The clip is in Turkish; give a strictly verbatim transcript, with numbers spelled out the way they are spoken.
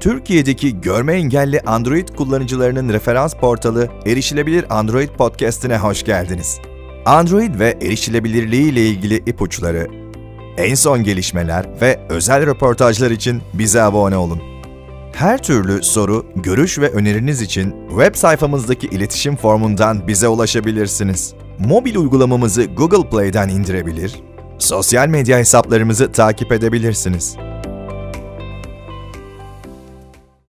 Türkiye'deki görme engelli Android kullanıcılarının referans portalı Erişilebilir Android Podcast'ine hoş geldiniz. Android ve erişilebilirliği ile ilgili ipuçları, en son gelişmeler ve özel röportajlar için bize abone olun. Her türlü soru, görüş ve öneriniz için web sayfamızdaki iletişim formundan bize ulaşabilirsiniz. Mobil uygulamamızı Google Play'den indirebilir, sosyal medya hesaplarımızı takip edebilirsiniz.